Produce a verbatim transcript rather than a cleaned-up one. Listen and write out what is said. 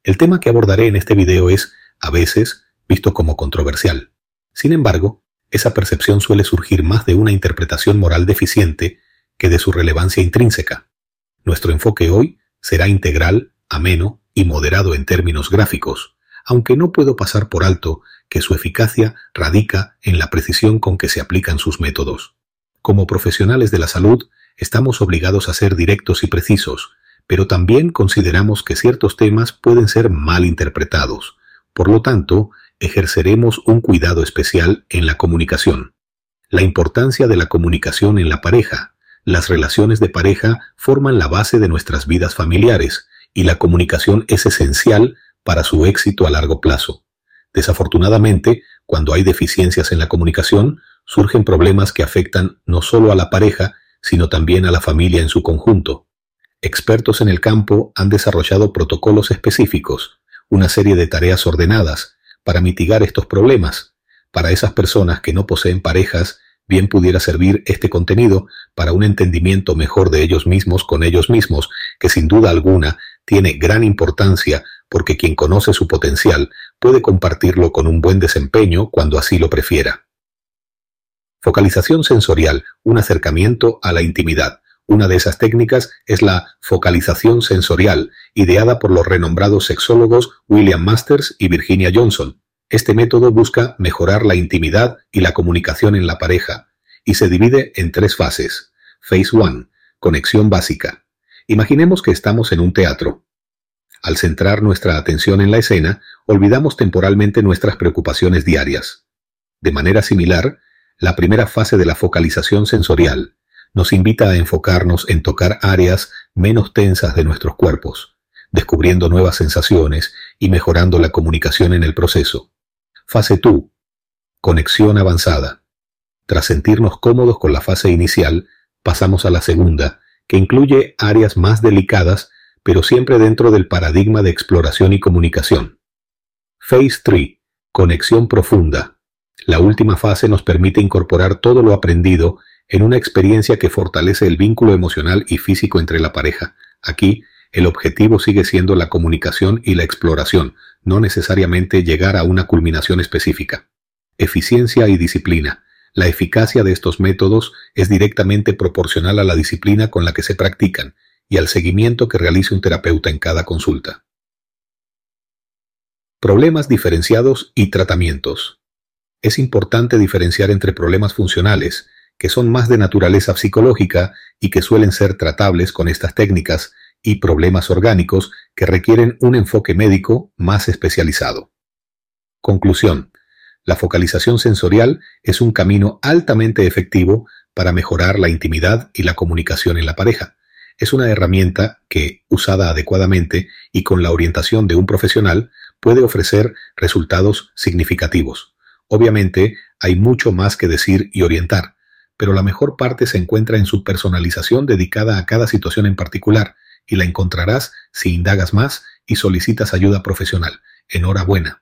El tema que abordaré en este video es, a veces, visto como controversial. Sin embargo, esa percepción suele surgir más de una interpretación moral deficiente que de su relevancia intrínseca. Nuestro enfoque hoy será integral, ameno y moderado en términos gráficos, aunque no puedo pasar por alto que su eficacia radica en la precisión con que se aplican sus métodos. Como profesionales de la salud, estamos obligados a ser directos y precisos, pero también consideramos que ciertos temas pueden ser mal interpretados. Por lo tanto, ejerceremos un cuidado especial en la comunicación. La importancia de la comunicación en la pareja. Las relaciones de pareja forman la base de nuestras vidas familiares, y la comunicación es esencial para su éxito a largo plazo. Desafortunadamente, cuando hay deficiencias en la comunicación, surgen problemas que afectan no solo a la pareja, sino también a la familia en su conjunto. Expertos en el campo han desarrollado protocolos específicos, una serie de tareas ordenadas, para mitigar estos problemas. Para esas personas que no poseen parejas, bien pudiera servir este contenido para un entendimiento mejor de ellos mismos con ellos mismos, que sin duda alguna tiene gran importancia porque quien conoce su potencial puede compartirlo con un buen desempeño cuando así lo prefiera. Focalización sensorial, un acercamiento a la intimidad. Una de esas técnicas es la focalización sensorial, ideada por los renombrados sexólogos William Masters y Virginia Johnson. Este método busca mejorar la intimidad y la comunicación en la pareja, y se divide en tres fases. Phase uno, conexión básica. Imaginemos que estamos en un teatro. Al centrar nuestra atención en la escena, olvidamos temporalmente nuestras preocupaciones diarias. De manera similar, la primera fase de la focalización sensorial nos invita a enfocarnos en tocar áreas menos tensas de nuestros cuerpos, descubriendo nuevas sensaciones y mejorando la comunicación en el proceso. Fase dos. Conexión avanzada. Tras sentirnos cómodos con la fase inicial, pasamos a la segunda, que incluye áreas más delicadas, pero siempre dentro del paradigma de exploración y comunicación. Phase tres. Conexión profunda. La última fase nos permite incorporar todo lo aprendido en una experiencia que fortalece el vínculo emocional y físico entre la pareja. Aquí, el objetivo sigue siendo la comunicación y la exploración, no necesariamente llegar a una culminación específica. Eficiencia y disciplina. La eficacia de estos métodos es directamente proporcional a la disciplina con la que se practican y al seguimiento que realice un terapeuta en cada consulta. Problemas diferenciados y tratamientos. Es importante diferenciar entre problemas funcionales, que son más de naturaleza psicológica y que suelen ser tratables con estas técnicas, y problemas orgánicos que requieren un enfoque médico más especializado. Conclusión. La focalización sensorial es un camino altamente efectivo para mejorar la intimidad y la comunicación en la pareja. Es una herramienta que, usada adecuadamente y con la orientación de un profesional, puede ofrecer resultados significativos. Obviamente, hay mucho más que decir y orientar, pero la mejor parte se encuentra en su personalización dedicada a cada situación en particular, y la encontrarás si indagas más y solicitas ayuda profesional. Enhorabuena.